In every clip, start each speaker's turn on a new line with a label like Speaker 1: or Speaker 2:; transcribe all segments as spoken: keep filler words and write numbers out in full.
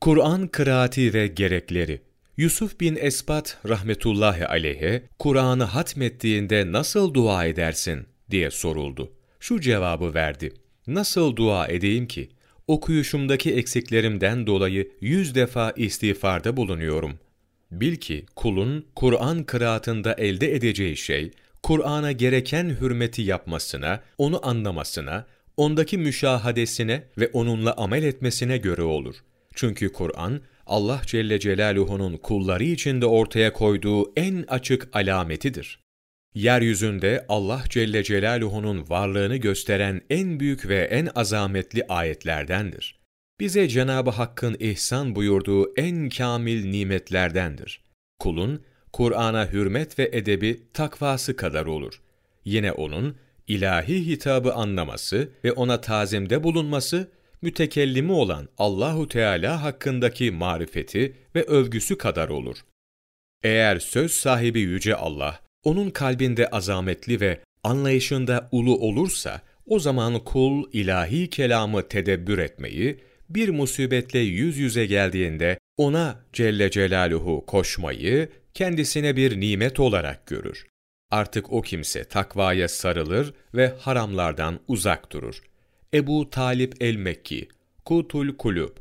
Speaker 1: Kur'an kıraati ve gerekleri. Yusuf bin Esbat rahmetullahi aleyhe, Kur'an'ı hatmettiğinde nasıl dua edersin diye soruldu. Şu cevabı verdi: Nasıl dua edeyim ki? Okuyuşumdaki eksiklerimden dolayı yüz defa istiğfarda bulunuyorum. Bil ki kulun Kur'an kıraatında elde edeceği şey, Kur'an'a gereken hürmeti yapmasına, onu anlamasına, ondaki müşahadesine ve onunla amel etmesine göre olur. Çünkü Kur'an, Allah Celle Celaluhu'nun kulları içinde ortaya koyduğu en açık alametidir. Yeryüzünde Allah Celle Celaluhu'nun varlığını gösteren en büyük ve en azametli ayetlerdendir. Bize Cenab-ı Hakk'ın ihsan buyurduğu en kamil nimetlerdendir. Kulun, Kur'an'a hürmet ve edebi takvası kadar olur. Yine onun, ilahi hitabı anlaması ve ona tazimde bulunması, mütekellimi olan Allahu Teala hakkındaki marifeti ve övgüsü kadar olur. Eğer söz sahibi Yüce Allah, onun kalbinde azametli ve anlayışında ulu olursa, o zaman kul ilahi kelamı tedebbür etmeyi, bir musibetle yüz yüze geldiğinde ona Celle Celaluhu koşmayı kendisine bir nimet olarak görür. Artık o kimse takvaya sarılır ve haramlardan uzak durur. Ebu Talib el-Mekki, Kutul Kulub.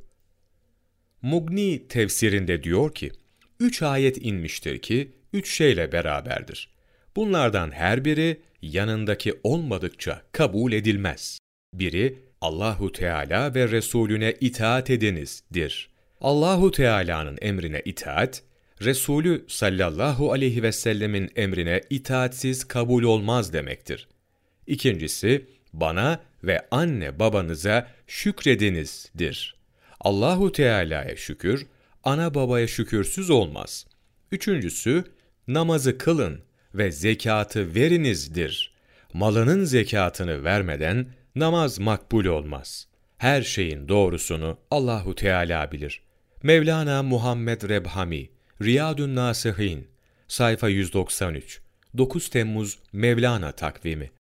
Speaker 1: Mugni tefsirinde diyor ki, üç ayet inmiştir ki, üç şeyle beraberdir. Bunlardan her biri yanındaki olmadıkça kabul edilmez. Biri, Allahu Teala ve Resulüne itaat edenizdir. Allahu Teala'nın emrine itaat, Resulü sallallahu aleyhi ve sellemin emrine itaatsiz kabul olmaz demektir. İkincisi, bana ve anne babanıza şükredinizdir. Allahu Teala'ya şükür, ana babaya şükürsüz olmaz. Üçüncüsü, namazı kılın ve zekatı verinizdir. Malının zekatını vermeden namaz makbul olmaz. Her şeyin doğrusunu Allahu Teala bilir. Mevlana Muhammed Rebhami, Riyadun Nasihin, sayfa yüz doksan üç, dokuz Temmuz Mevlana takvimi.